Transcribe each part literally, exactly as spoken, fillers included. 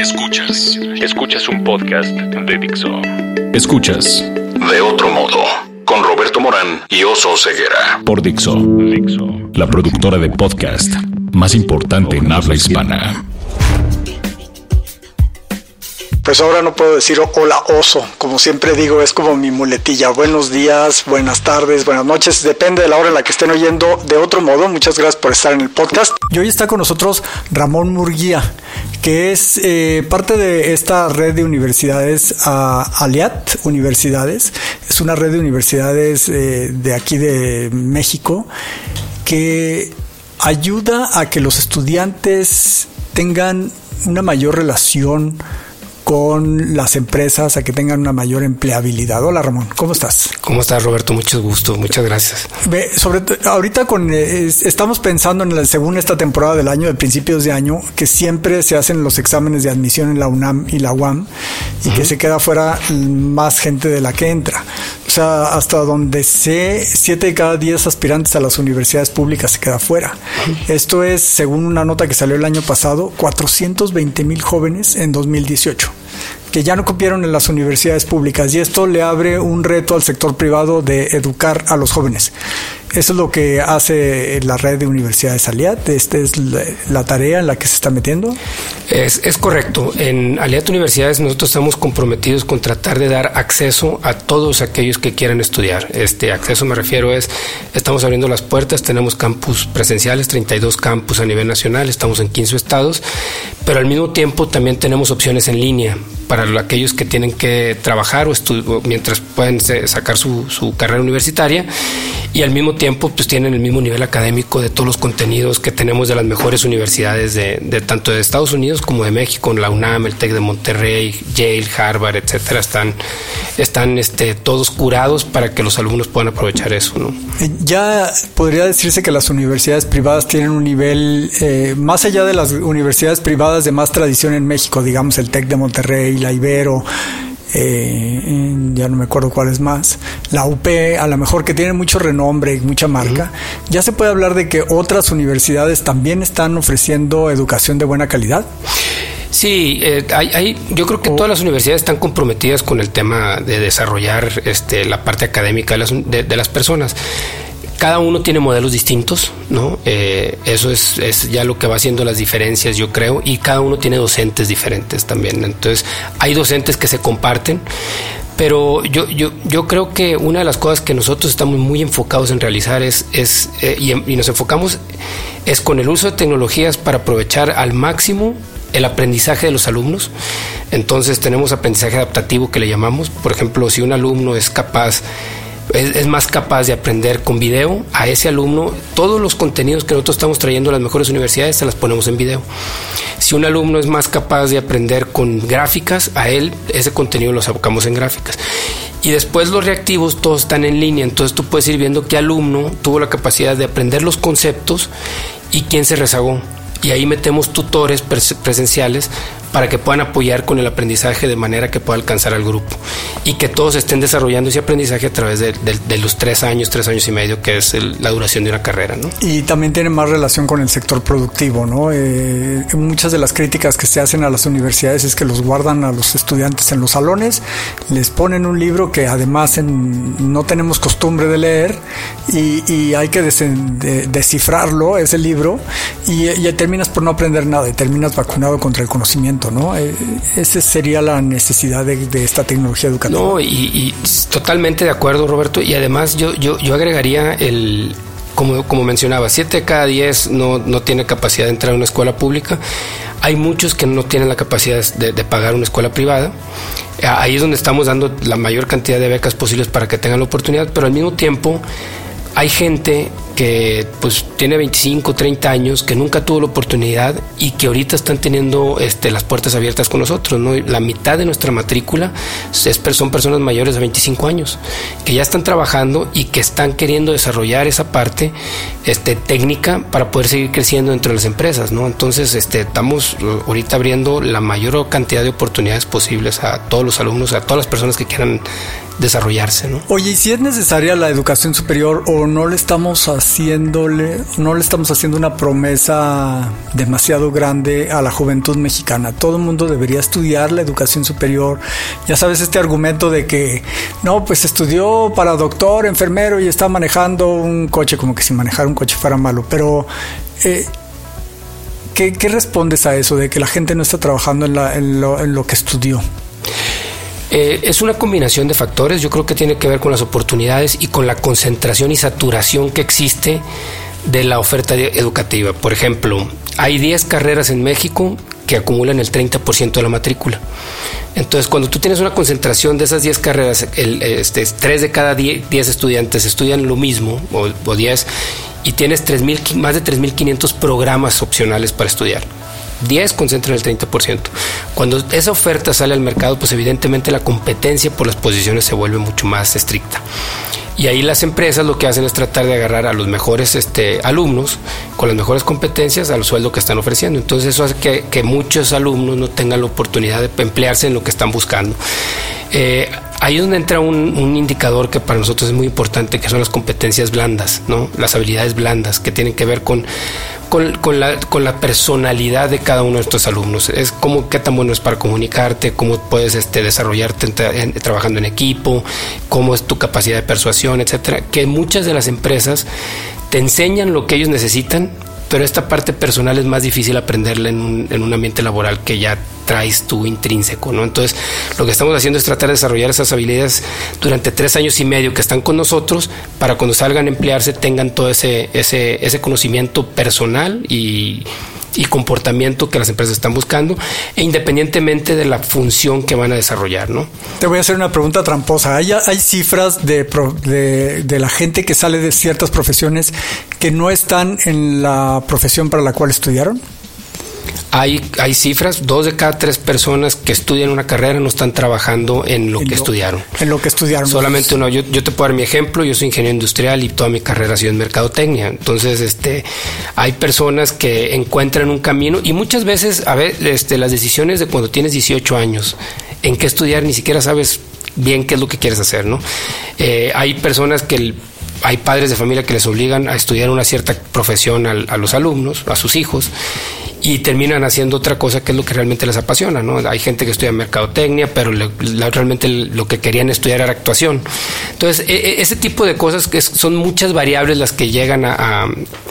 Escuchas. Escuchas un podcast de Dixo. Escuchas De Otro Modo con Roberto Morán y Oso Ceguera. Por Dixo. Dixo. La productora de podcast más importante en habla hispana. Pues ahora no puedo decir hola oso, como siempre digo, es como mi muletilla. Buenos días, buenas tardes, buenas noches, depende de la hora en la que estén oyendo De Otro Modo. Muchas gracias por estar en el podcast. Y hoy está con nosotros Ramón Murguía, que es eh, parte de esta red de universidades, uh, Aliat Universidades. Es una red de universidades eh, de aquí de México que ayuda a que los estudiantes tengan una mayor relación con las empresas, a que tengan una mayor empleabilidad. Hola Ramón, ¿cómo estás? ¿Cómo estás, Roberto? Mucho gusto, muchas gracias. Ve, sobre ahorita con eh, estamos pensando en la, según esta temporada del año, de principios de año, que siempre se hacen los exámenes de admisión en la UNAM y la U A M y uh-huh. que se queda fuera más gente de la que entra. O sea, hasta donde sé, siete de cada diez aspirantes a las universidades públicas se queda fuera. Uh-huh. Esto es, según una nota que salió el año pasado, cuatrocientos veinte mil jóvenes en dos mil dieciocho. Que ya no cupieron en las universidades públicas, y esto le abre un reto al sector privado de educar a los jóvenes. Eso es lo que hace la red de universidades Aliat. Esta es la, la tarea en la que se está metiendo. Es, es correcto. En Aliat Universidades nosotros estamos comprometidos con tratar de dar acceso a todos aquellos que quieran estudiar. Este acceso me refiero es, estamos abriendo las puertas, tenemos campus presenciales, treinta y dos campus a nivel nacional, estamos en quince estados, pero al mismo tiempo también tenemos opciones en línea para aquellos que tienen que trabajar o estu- mientras pueden sacar su, su carrera universitaria, y al mismo tiempo pues tienen el mismo nivel académico de todos los contenidos que tenemos de las mejores universidades de, de tanto de Estados Unidos como de México, la UNAM, el TEC de Monterrey, Yale, Harvard, etcétera. Están, están este, todos curados para que los alumnos puedan aprovechar eso, ¿no? Ya podría decirse que las universidades privadas tienen un nivel eh, más allá de las universidades privadas de más tradición en México, digamos el TEC de Monterrey, la Ibero, eh, ya no me acuerdo cuál es más, la U P, a lo mejor, que tiene mucho renombre y mucha marca. Uh-huh. Ya se puede hablar de que otras universidades también están ofreciendo educación de buena calidad. Sí, eh, hay, hay, yo creo que todas las universidades están comprometidas con el tema de desarrollar este, la parte académica de las, de, de las personas. Cada uno tiene modelos distintos, ¿no? Eh, eso es, es ya lo que va haciendo las diferencias, yo creo, y cada uno tiene docentes diferentes también. Entonces, hay docentes que se comparten, pero yo, yo, yo creo que una de las cosas que nosotros estamos muy enfocados en realizar es, es eh, y, y nos enfocamos es con el uso de tecnologías para aprovechar al máximo el aprendizaje de los alumnos. Entonces, tenemos aprendizaje adaptativo que le llamamos. Por ejemplo, si un alumno es capaz Es, es más capaz de aprender con video, a ese alumno todos los contenidos que nosotros estamos trayendo a las mejores universidades se las ponemos en video. Si un alumno es más capaz de aprender con gráficas, a él ese contenido lo sacamos en gráficas. Y después los reactivos todos están en línea, entonces tú puedes ir viendo qué alumno tuvo la capacidad de aprender los conceptos y quién se rezagó. Y ahí metemos tutores presenciales para que puedan apoyar con el aprendizaje de manera que pueda alcanzar al grupo y que todos estén desarrollando ese aprendizaje a través de, de, de los tres años, tres años y medio, que es el, la duración de una carrera, ¿no? Y también tiene más relación con el sector productivo, ¿no? Eh, muchas de las críticas que se hacen a las universidades es que los guardan a los estudiantes en los salones, les ponen un libro que además en, no tenemos costumbre de leer y, y hay que des, de, descifrarlo, ese libro, y, y terminas por no aprender nada y terminas vacunado contra el conocimiento, ¿no? Eh, esa sería la necesidad de, de esta tecnología educativa. No, y, y totalmente de acuerdo, Roberto, y además yo, yo, yo agregaría el, como, como mencionaba, siete de cada diez no, no tiene capacidad de entrar a una escuela pública. Hay muchos que no tienen la capacidad de, de pagar una escuela privada. Ahí es donde estamos dando la mayor cantidad de becas posibles para que tengan la oportunidad, pero al mismo tiempo hay gente que pues tiene veinticinco, treinta años, que nunca tuvo la oportunidad y que ahorita están teniendo este, las puertas abiertas con nosotros, ¿no? La mitad de nuestra matrícula es, son personas mayores de veinticinco años, que ya están trabajando y que están queriendo desarrollar esa parte este, técnica para poder seguir creciendo dentro de las empresas, ¿no? Entonces este, estamos ahorita abriendo la mayor cantidad de oportunidades posibles a todos los alumnos, a todas las personas que quieran desarrollarse, ¿no? Oye, ¿y si es necesaria la educación superior o no le estamos haciéndole, no le estamos haciendo una promesa demasiado grande a la juventud mexicana? Todo el mundo debería estudiar la educación superior. Ya sabes, este argumento de que no, pues estudió para doctor, enfermero y está manejando un coche, como que si manejar un coche fuera malo, pero eh, ¿qué, ¿qué respondes a eso de que la gente no está trabajando en, la, en, lo, en lo que estudió? Eh, es una combinación de factores. Yo creo que tiene que ver con las oportunidades y con la concentración y saturación que existe de la oferta educativa. Por ejemplo, hay diez carreras en México que acumulan el treinta por ciento de la matrícula. Entonces, cuando tú tienes una concentración de esas diez carreras, el, este, tres de cada diez estudiantes estudian lo mismo, o, o diez, y tienes tres mil, más de tres mil quinientos programas opcionales para estudiar. diez concentran el treinta por ciento. Cuando esa oferta sale al mercado, pues evidentemente la competencia por las posiciones se vuelve mucho más estricta. Y ahí las empresas lo que hacen es tratar de agarrar a los mejores este, alumnos con las mejores competencias al sueldo que están ofreciendo. Entonces eso hace que, que muchos alumnos no tengan la oportunidad de emplearse en lo que están buscando. Eh, ahí es donde entra un, un indicador que para nosotros es muy importante, que son las competencias blandas, ¿no? Las habilidades blandas que tienen que ver con Con, con, la, con la personalidad de cada uno de estos alumnos. Es como qué tan bueno es para comunicarte, cómo puedes este, desarrollarte en, en, trabajando en equipo, cómo es tu capacidad de persuasión, etcétera. Que muchas de las empresas te enseñan lo que ellos necesitan, pero esta parte personal es más difícil aprenderla en un, en un ambiente laboral que ya traes tú intrínseco, ¿no? Entonces, lo que estamos haciendo es tratar de desarrollar esas habilidades durante tres años y medio que están con nosotros, para cuando salgan a emplearse tengan todo ese, ese, ese conocimiento personal y, y comportamiento que las empresas están buscando, e independientemente de la función que van a desarrollar, ¿no? Te voy a hacer una pregunta tramposa. ¿Hay, hay cifras de, de, de la gente que sale de ciertas profesiones que no están en la profesión para la cual estudiaron? Hay, hay cifras, dos de cada tres personas que estudian una carrera no están trabajando en lo en que lo, estudiaron. En lo que estudiaron. Solamente uno. Yo, yo te puedo dar mi ejemplo. Yo soy ingeniero industrial y toda mi carrera ha sido en mercadotecnia. Entonces, este, hay personas que encuentran un camino y muchas veces, a ver, este, las decisiones de cuando tienes dieciocho años, en qué estudiar, ni siquiera sabes bien qué es lo que quieres hacer, ¿no? Eh, hay personas que el, hay padres de familia que les obligan a estudiar una cierta profesión a, a los alumnos, a sus hijos, y terminan haciendo otra cosa que es lo que realmente les apasiona, ¿no? Hay gente que estudia mercadotecnia, pero le, la, realmente lo que querían estudiar era actuación. Entonces, e, ese tipo de cosas que es, son muchas variables las que llegan a, a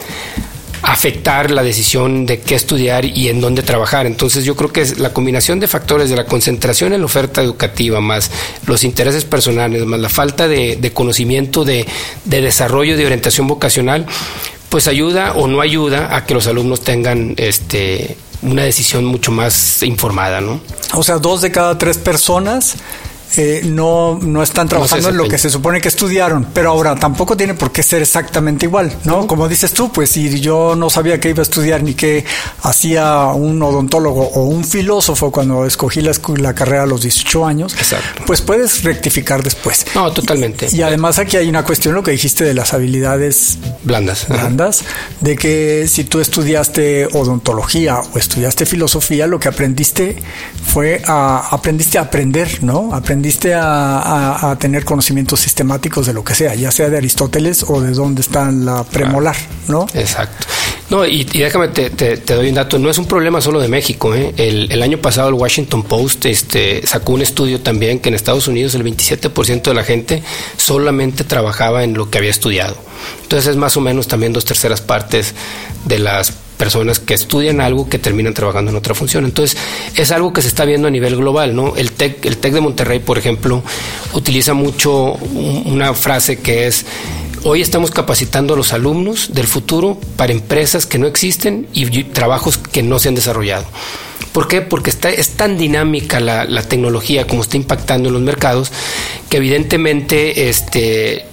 afectar la decisión de qué estudiar y en dónde trabajar. Entonces yo creo que es la combinación de factores de la concentración en la oferta educativa, más los intereses personales, más la falta de, de conocimiento de, de desarrollo de orientación vocacional, pues ayuda o no ayuda a que los alumnos tengan este una decisión mucho más informada, ¿no? O sea, dos de cada tres personas Eh, no, no están trabajando no en lo que se supone que estudiaron, pero ahora tampoco tiene por qué ser exactamente igual, ¿no? Uh-huh. Como dices tú, pues si yo no sabía que iba a estudiar ni que hacía un odontólogo o un filósofo cuando escogí la, la carrera a los dieciocho años, exacto, pues puedes rectificar después. No, totalmente. Y, y además aquí hay una cuestión, lo que dijiste de las habilidades blandas, blandas, uh-huh, de que si tú estudiaste odontología o estudiaste filosofía, lo que aprendiste fue a, aprendiste a aprender, ¿no? Aprendiste A, a, a tener conocimientos sistemáticos de lo que sea, ya sea de Aristóteles o de dónde está la premolar, ¿no? Exacto. No, y, y déjame, te, te, te doy un dato, no es un problema solo de México, ¿eh? El, el año pasado el Washington Post este, sacó un estudio también que en Estados Unidos el veintisiete por ciento de la gente solamente trabajaba en lo que había estudiado. Entonces es más o menos también dos terceras partes de las personas que estudian algo que terminan trabajando en otra función. Entonces es algo que se está viendo a nivel global, ¿no? El TEC, el TEC de Monterrey, por ejemplo, utiliza mucho una frase que es: hoy estamos capacitando a los alumnos del futuro para empresas que no existen y trabajos que no se han desarrollado. ¿Por qué? Porque está, es tan dinámica la, la tecnología, como está impactando en los mercados, que evidentemente este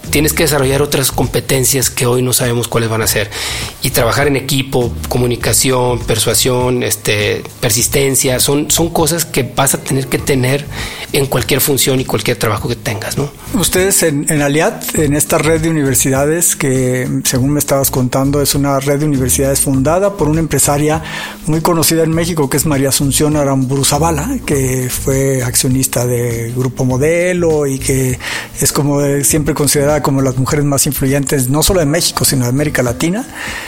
tienes que desarrollar otras competencias que hoy no sabemos cuáles van a ser. Y trabajar en equipo, comunicación, persuasión, este, persistencia, son, son cosas que vas a tener que tener en cualquier función y cualquier trabajo que tengas, ¿no? Ustedes en, en Aliat, en esta red de universidades que, según me estabas contando, es una red de universidades fundada por una empresaria muy conocida en México, que es María Asunción Aramburu Zavala, que fue accionista de Grupo Modelo y que es como siempre considerada como las mujeres más influyentes, no solo de México, sino de América Latina.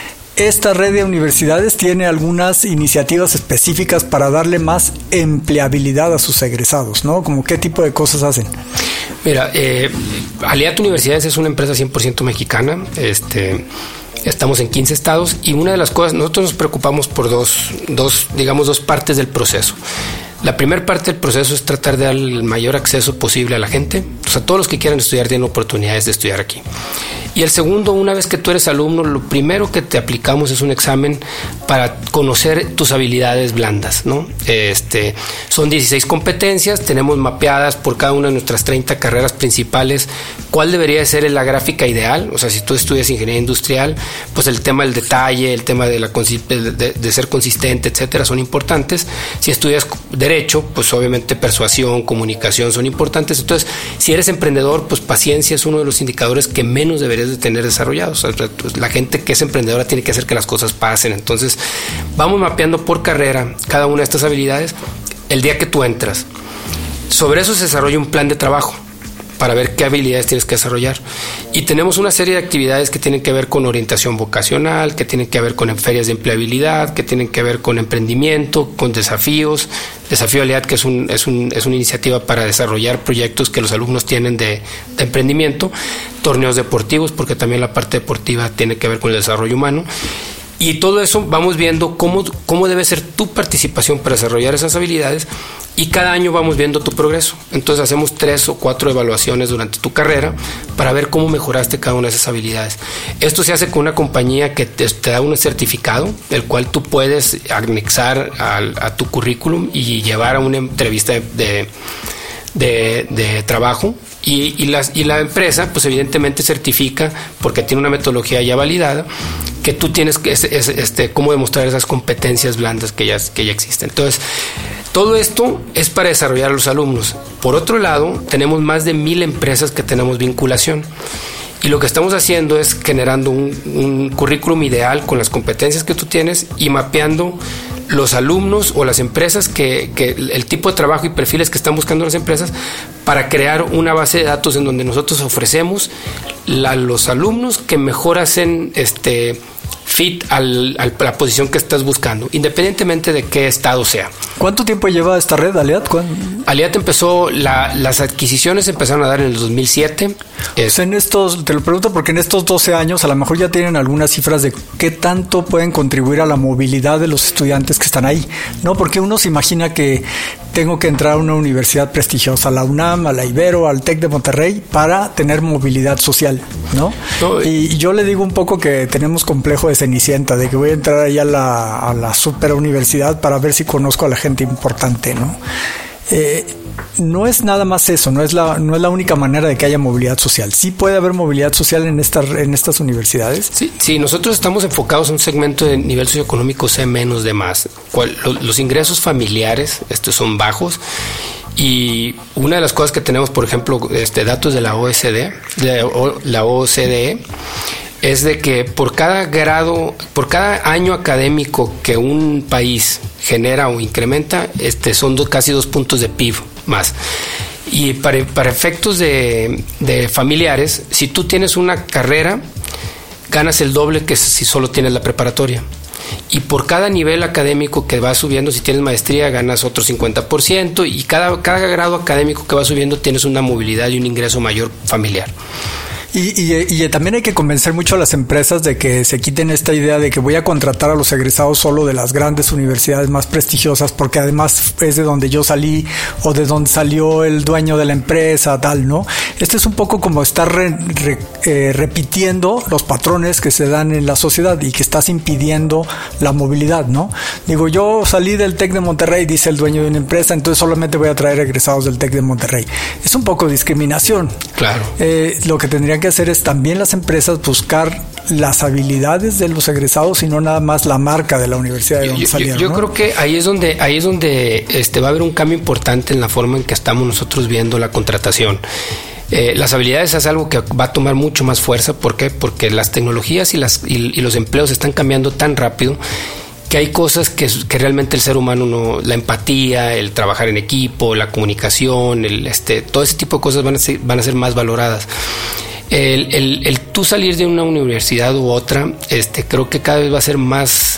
Esta red de universidades tiene algunas iniciativas específicas para darle más empleabilidad a sus egresados, ¿no? ¿Cómo qué tipo de cosas hacen? Mira, eh, Aliat Universidades es una empresa cien por ciento mexicana. Este, estamos en quince estados y una de las cosas, nosotros nos preocupamos por dos, dos, digamos, dos partes del proceso. La primera parte del proceso es tratar de dar el mayor acceso posible a la gente. O sea, todos los que quieran estudiar tienen oportunidades de estudiar aquí. Y el segundo, una vez que tú eres alumno, lo primero que te aplicamos es un examen para conocer tus habilidades blandas, ¿no? Este, son dieciséis competencias, tenemos mapeadas por cada una de nuestras treinta carreras principales cuál debería ser la gráfica ideal. O sea, si tú estudias ingeniería industrial, pues el tema del detalle, el tema de, la, de, de ser consistente, etcétera, son importantes. Si estudias derecho, pues obviamente persuasión, comunicación son importantes. Entonces, si eres emprendedor, pues paciencia es uno de los indicadores que menos deberías de tener desarrollados. O sea, la gente que es emprendedora tiene que hacer que las cosas pasen. Entonces, vamos mapeando por carrera cada una de estas habilidades el día que tú entras. Sobre eso se desarrolla un plan de trabajo para ver qué habilidades tienes que desarrollar. Y tenemos una serie de actividades que tienen que ver con orientación vocacional, que tienen que ver con ferias de empleabilidad, que tienen que ver con emprendimiento, con desafíos. Desafío Aliat, que es, un, es, un, es una iniciativa para desarrollar proyectos que los alumnos tienen de, de emprendimiento. Torneos deportivos, porque también la parte deportiva tiene que ver con el desarrollo humano. Y todo eso vamos viendo cómo, cómo debe ser tu participación para desarrollar esas habilidades y cada año vamos viendo tu progreso. Entonces hacemos tres o cuatro evaluaciones durante tu carrera para ver cómo mejoraste cada una de esas habilidades. Esto se hace con una compañía que te, te da un certificado, el cual tú puedes anexar a, a tu currículum y llevar a una entrevista de, de, de, de trabajo. Y, y, las, y la empresa, pues evidentemente certifica, porque tiene una metodología ya validada, que tú tienes que es, es, este, cómo demostrar esas competencias blandas que ya, que ya existen. Entonces, todo esto es para desarrollar a los alumnos. Por otro lado, tenemos más de mil empresas que tenemos vinculación. Y lo que estamos haciendo es generando un, un currículum ideal con las competencias que tú tienes y mapeando los alumnos o las empresas que, que el tipo de trabajo y perfiles que están buscando las empresas para crear una base de datos en donde nosotros ofrecemos a los alumnos que mejor hacen este fit al, al, a la posición que estás buscando, independientemente de qué estado sea. ¿Cuánto tiempo lleva esta red, Aliat? ¿Cuándo? Aliat empezó, la, las adquisiciones empezaron a dar en el dos mil siete. Pues en estos, te lo pregunto porque en estos doce años a lo mejor ya tienen algunas cifras de qué tanto pueden contribuir a la movilidad de los estudiantes que están ahí, ¿no? Porque uno se imagina que tengo que entrar a una universidad prestigiosa, a la UNAM, a la Ibero, al TEC de Monterrey, para tener movilidad social, ¿no? no y yo le digo un poco que tenemos complejo de Cenicienta, de que voy a entrar ahí a la, a la super universidad para ver si conozco a la gente importante, ¿no? Eh, no es nada más eso, no es la no es la única manera de que haya movilidad social. Sí puede haber movilidad social en estas en estas universidades. Sí, sí, nosotros estamos enfocados en un segmento de nivel socioeconómico C menos de más. Cual, lo, los ingresos familiares estos son bajos. Y una de las cosas que tenemos, por ejemplo, este datos de la O E C D, de la O C D E, es de que por cada grado, por cada año académico que un país genera o incrementa, este son dos, casi dos puntos de P I B más. Y para, para efectos de, de familiares, si tú tienes una carrera, ganas el doble que si solo tienes la preparatoria. Y por cada nivel académico que va subiendo, si tienes maestría, ganas otro cincuenta por ciento, y cada, cada grado académico que va subiendo tienes una movilidad y un ingreso mayor familiar. Y, y, y también hay que convencer mucho a las empresas de que se quiten esta idea de que voy a contratar a los egresados solo de las grandes universidades más prestigiosas, porque además es de donde yo salí o de donde salió el dueño de la empresa, tal, ¿no? Este es un poco como estar re, re, eh, repitiendo los patrones que se dan en la sociedad y que estás impidiendo la movilidad, ¿no? Digo, yo salí del TEC de Monterrey, dice el dueño de una empresa, entonces solamente voy a traer egresados del TEC de Monterrey. Es un poco discriminación. Claro. Eh, lo que tendrían que hacer es también las empresas buscar las habilidades de los egresados y no nada más la marca de la universidad de donde yo, salieron. Yo, yo ¿no? creo que ahí es donde ahí es donde este va a haber un cambio importante en la forma en que estamos nosotros viendo la contratación. Eh, las habilidades es algo que va a tomar mucho más fuerza. ¿Por qué? Porque las tecnologías y, las, y, y los empleos están cambiando tan rápido que hay cosas que, que realmente el ser humano no, la empatía, el trabajar en equipo, la comunicación, el, este, todo ese tipo de cosas van a ser, van a ser más valoradas. El, el, el tú salir de una universidad u otra, este, creo que cada vez va a ser más,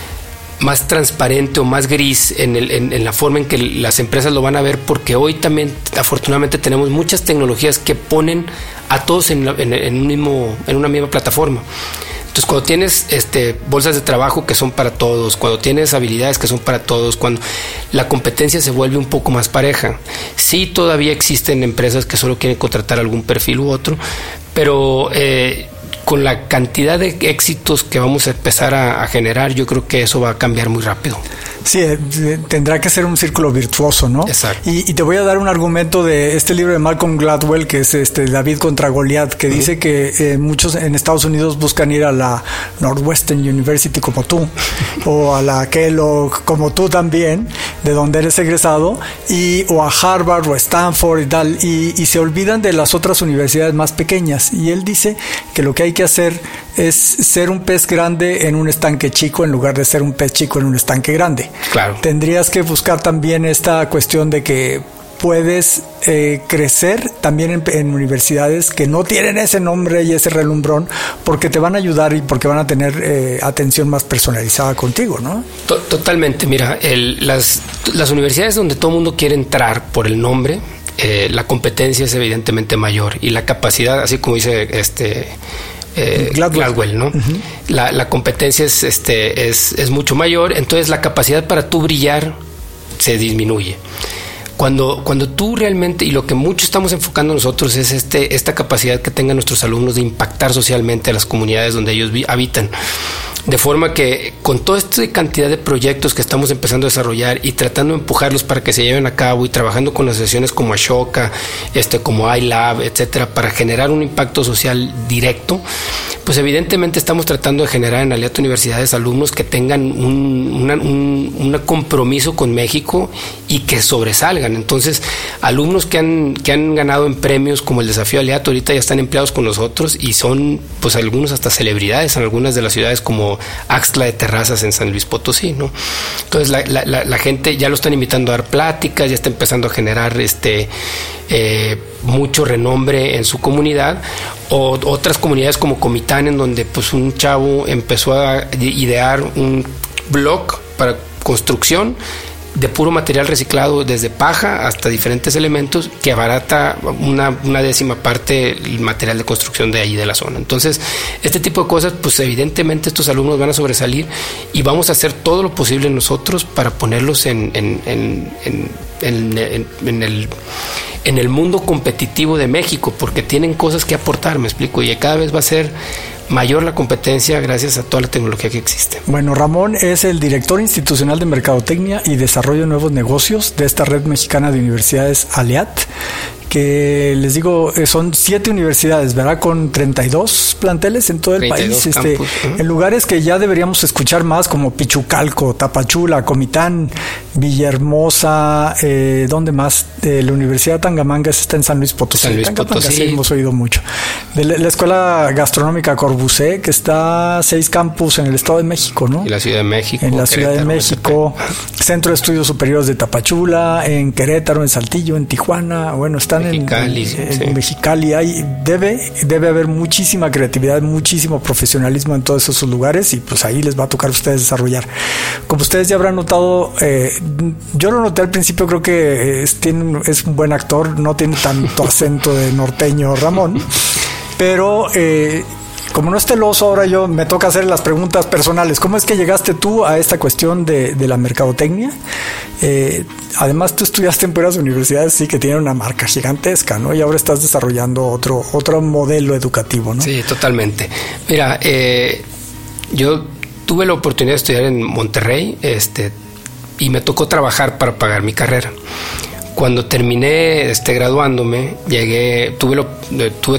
más transparente o más gris en, el, en, en la forma en que las empresas lo van a ver, porque hoy también afortunadamente tenemos muchas tecnologías que ponen a todos en, la, en, en, un mismo, en una misma plataforma. Entonces, cuando tienes este, bolsas de trabajo que son para todos, cuando tienes habilidades que son para todos, cuando la competencia se vuelve un poco más pareja. Sí, todavía existen empresas que solo quieren contratar algún perfil u otro, pero eh, con la cantidad de éxitos que vamos a empezar a, a generar, yo creo que eso va a cambiar muy rápido. Sí, eh, tendrá que ser un círculo virtuoso, ¿no? Exacto. Y, y te voy a dar un argumento de este libro de Malcolm Gladwell, que es este David contra Goliat, que uh-huh. dice que eh, muchos en Estados Unidos buscan ir a la Northwestern University como tú, o a la Kellogg como tú también, de donde eres egresado, y o a Harvard o a Stanford y tal, y, y se olvidan de las otras universidades más pequeñas. Y él dice que lo que hay que hacer es ser un pez grande en un estanque chico en lugar de ser un pez chico en un estanque grande. Claro. Tendrías que buscar también esta cuestión de que puedes eh, crecer también en, en universidades que no tienen ese nombre y ese relumbrón, porque te van a ayudar y porque van a tener eh, atención más personalizada contigo, ¿no? Totalmente. Mira, el, las, las universidades donde todo el mundo quiere entrar por el nombre, eh, la competencia es evidentemente mayor y la capacidad, así como dice este... Eh, Gladwell. Gladwell, ¿no? Uh-huh. La, la competencia es, este, es, es mucho mayor, entonces la capacidad para tú brillar se disminuye. Cuando, cuando tú realmente, y lo que mucho estamos enfocando nosotros es este, esta capacidad que tengan nuestros alumnos de impactar socialmente a las comunidades donde ellos vi, habitan. De forma que con toda esta cantidad de proyectos que estamos empezando a desarrollar y tratando de empujarlos para que se lleven a cabo y trabajando con asociaciones como Ashoka, este, como iLab, etcétera, para generar un impacto social directo, pues evidentemente estamos tratando de generar en Aliato Universidades alumnos que tengan un, una, un, un compromiso con México y que sobresalgan. Entonces, alumnos que han, que han ganado en premios como el Desafío Aliato ahorita ya están empleados con nosotros y son pues algunos hasta celebridades en algunas de las ciudades como Axtla de Terrazas en San Luis Potosí, ¿no? Entonces la, la, la, la gente ya lo están invitando a dar pláticas, ya está empezando a generar este eh, mucho renombre en su comunidad, o otras comunidades como Comitán, en donde pues un chavo empezó a idear un blog para construcción de puro material reciclado, desde paja hasta diferentes elementos, que abarata una, una décima parte el material de construcción de ahí de la zona. Entonces, este tipo de cosas, pues evidentemente estos alumnos van a sobresalir y vamos a hacer todo lo posible nosotros para ponerlos en, en, en, en, en, en, en el en el mundo competitivo de México, porque tienen cosas que aportar, me explico, y cada vez va a ser mayor la competencia gracias a toda la tecnología que existe. Bueno, Ramón es el director institucional de Mercadotecnia y Desarrollo de Nuevos Negocios de esta red mexicana de universidades ALEAT, que les digo, son siete universidades, ¿verdad? Con treinta y dos planteles en todo el país, este, uh-huh. en lugares que ya deberíamos escuchar más, como Pichucalco, Tapachula, Comitán, Villahermosa, eh, ¿dónde más? Eh, la Universidad Tangamanga está en San Luis Potosí. San Luis Tangamanga, Potosí. Sí, hemos oído mucho. De la, la Escuela Gastronómica Corbucé, que está seis campus en el Estado de México, ¿no? Y la Ciudad de México. En la Ciudad Querétaro, de México, Centro de Estudios Superiores de Tapachula, en Querétaro, en Saltillo, en Tijuana, bueno, están Mexicali, en, en, sí. en Mexicali. Hay, debe, debe haber muchísima creatividad, muchísimo profesionalismo en todos esos lugares y pues ahí les va a tocar a ustedes desarrollar. Como ustedes ya habrán notado, eh, yo lo noté al principio, creo que es, tiene, es un buen actor, no tiene tanto acento de norteño Ramón, pero eh, como no esté el oso, ahora yo me toca hacer las preguntas personales. ¿Cómo es que llegaste tú a esta cuestión de, de la mercadotecnia? Eh, además, tú estudiaste en puras universidades, sí, que tienen una marca gigantesca, ¿no? Y ahora estás desarrollando otro, otro modelo educativo, ¿no? Sí, totalmente. Mira, eh, yo tuve la oportunidad de estudiar en Monterrey, este, y me tocó trabajar para pagar mi carrera. Cuando terminé este, graduándome, llegué, tuve, lo, tuve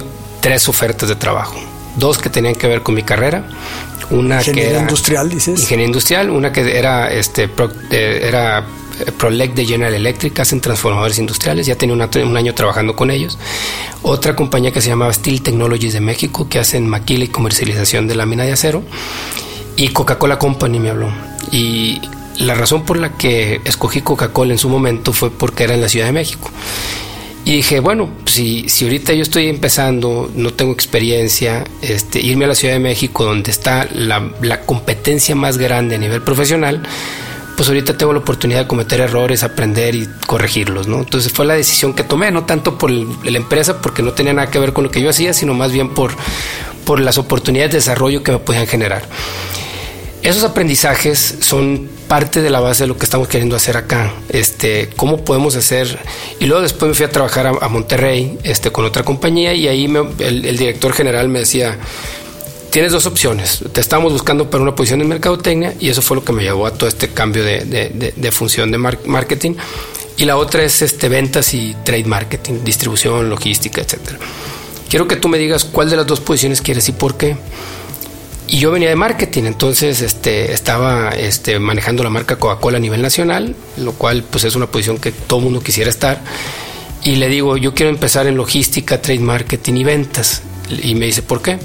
tres ofertas de trabajo. Dos que tenían que ver con mi carrera. Una ingeniería que era industrial, dices. Ingeniería industrial, una que era este pro, eh, era Prolec de General Electric, hacen transformadores industriales, ya tenía una, un año trabajando con ellos. Otra compañía que se llamaba Steel Technologies de México, que hacen maquila y comercialización de lámina de acero. Y Coca-Cola Company me habló. Y la razón por la que escogí Coca-Cola en su momento fue porque era en la Ciudad de México. Y dije, bueno, si, si ahorita yo estoy empezando, no tengo experiencia, este, irme a la Ciudad de México, donde está la, la competencia más grande a nivel profesional, pues ahorita tengo la oportunidad de cometer errores, aprender y corregirlos, ¿no? Entonces fue la decisión que tomé, no tanto por el, la empresa, porque no tenía nada que ver con lo que yo hacía, sino más bien por, por las oportunidades de desarrollo que me podían generar. Esos aprendizajes son parte de la base de lo que estamos queriendo hacer acá. Este, cómo podemos hacer. Y luego después me fui a trabajar a, a Monterrey, este, con otra compañía, y ahí me, el, el director general me decía: tienes dos opciones. Te estamos buscando para una posición en mercadotecnia, y eso fue lo que me llevó a todo este cambio de, de, de, de función de mar- marketing. Y la otra es este, ventas y trade marketing, distribución, logística, etcétera. Quiero que tú me digas cuál de las dos posiciones quieres y por qué. Y yo venía de marketing, entonces este, estaba este, manejando la marca Coca-Cola a nivel nacional, lo cual pues es una posición que todo el mundo quisiera estar. Y le digo, yo quiero empezar en logística, trade marketing y ventas. Y me dice, ¿por qué?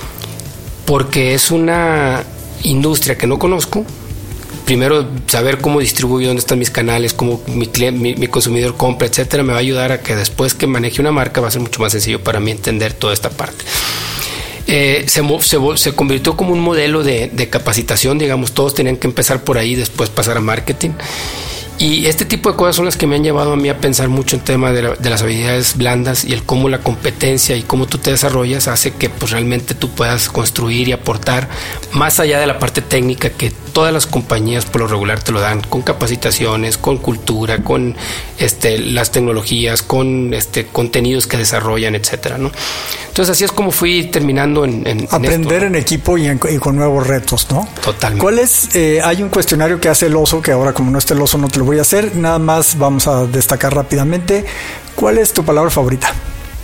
Porque es una industria que no conozco. Primero, saber cómo distribuyo, dónde están mis canales, cómo mi, cliente, mi, mi consumidor compra, etcétera, me va a ayudar a que después que maneje una marca va a ser mucho más sencillo para mí entender toda esta parte. Eh, se, se, se convirtió como un modelo de, de capacitación, digamos, todos tenían que empezar por ahí, después pasar a marketing. Y este tipo de cosas son las que me han llevado a mí a pensar mucho en tema de, la, de las habilidades blandas y el cómo la competencia y cómo tú te desarrollas hace que pues realmente tú puedas construir y aportar más allá de la parte técnica que todas las compañías por lo regular te lo dan, con capacitaciones, con cultura, con este, las tecnologías, con este, contenidos que desarrollan, etcétera, ¿no? Entonces así es como fui terminando en, en aprender en, esto, en equipo y, en, y con nuevos retos, ¿no? Totalmente. ¿Cuál es? Eh, hay un cuestionario que hace el oso, que ahora como no está el oso no te lo voy a hacer, nada más vamos a destacar rápidamente. ¿Cuál es tu palabra favorita?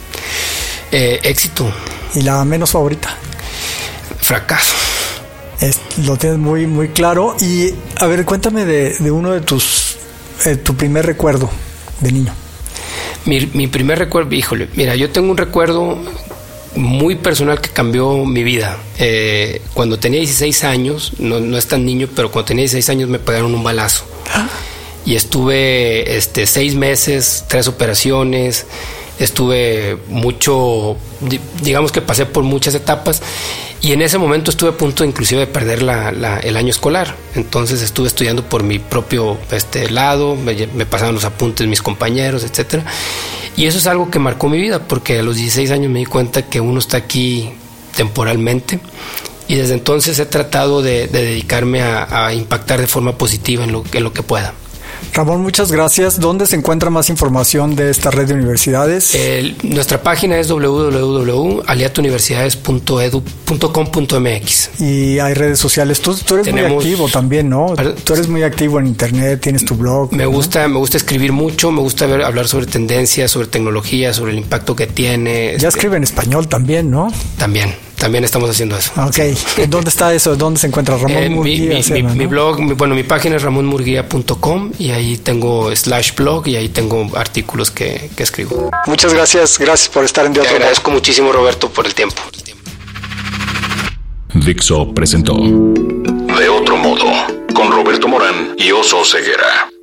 Eh, éxito. ¿Y la menos favorita? Fracaso. Es, lo tienes muy, muy claro. Y a ver, cuéntame de, de uno de tus, eh, tu primer recuerdo de niño. Mi, mi primer recuerdo, híjole, mira, yo tengo un recuerdo muy personal que cambió mi vida. Eh, cuando tenía dieciséis años, no, no es tan niño, pero cuando tenía dieciséis años me pegaron un balazo. ¿Ah? Y estuve este, seis meses, tres operaciones, estuve mucho, digamos que pasé por muchas etapas. Y en ese momento estuve a punto inclusive de perder la, la, el año escolar. Entonces estuve estudiando por mi propio este, lado, me, me pasaban los apuntes mis compañeros, etcétera. Y eso es algo que marcó mi vida, porque a los dieciséis años me di cuenta que uno está aquí temporalmente. Y desde entonces he tratado de, de dedicarme a, a impactar de forma positiva en lo, en lo que pueda. Ramón, muchas gracias. ¿Dónde se encuentra más información de esta red de universidades? El, nuestra página es doble u doble u doble u punto aliato universidades punto edu punto com punto m x. Y hay redes sociales. Tú, tú eres Tenemos, muy activo también, ¿no? ¿Perdón? Tú eres muy activo en internet, tienes tu blog. Me ¿no? gusta, me gusta escribir mucho, me gusta ver, hablar sobre tendencias, sobre tecnología, sobre el impacto que tiene. Ya este, escribe en español también, ¿no? También. También estamos haciendo eso. Ok. ¿Dónde está eso? ¿Dónde se encuentra Ramón eh, Murguía? Mi, Sena, mi, ¿no? mi blog, mi, bueno, mi página es ramon murguía punto com y ahí tengo slash blog y ahí tengo artículos que, que escribo. Muchas gracias. Gracias por estar en De Otro Te agradezco Modo. Muchísimo, Roberto, por el tiempo. Dixo presentó De Otro Modo con Roberto Morán y Oso Ceguera.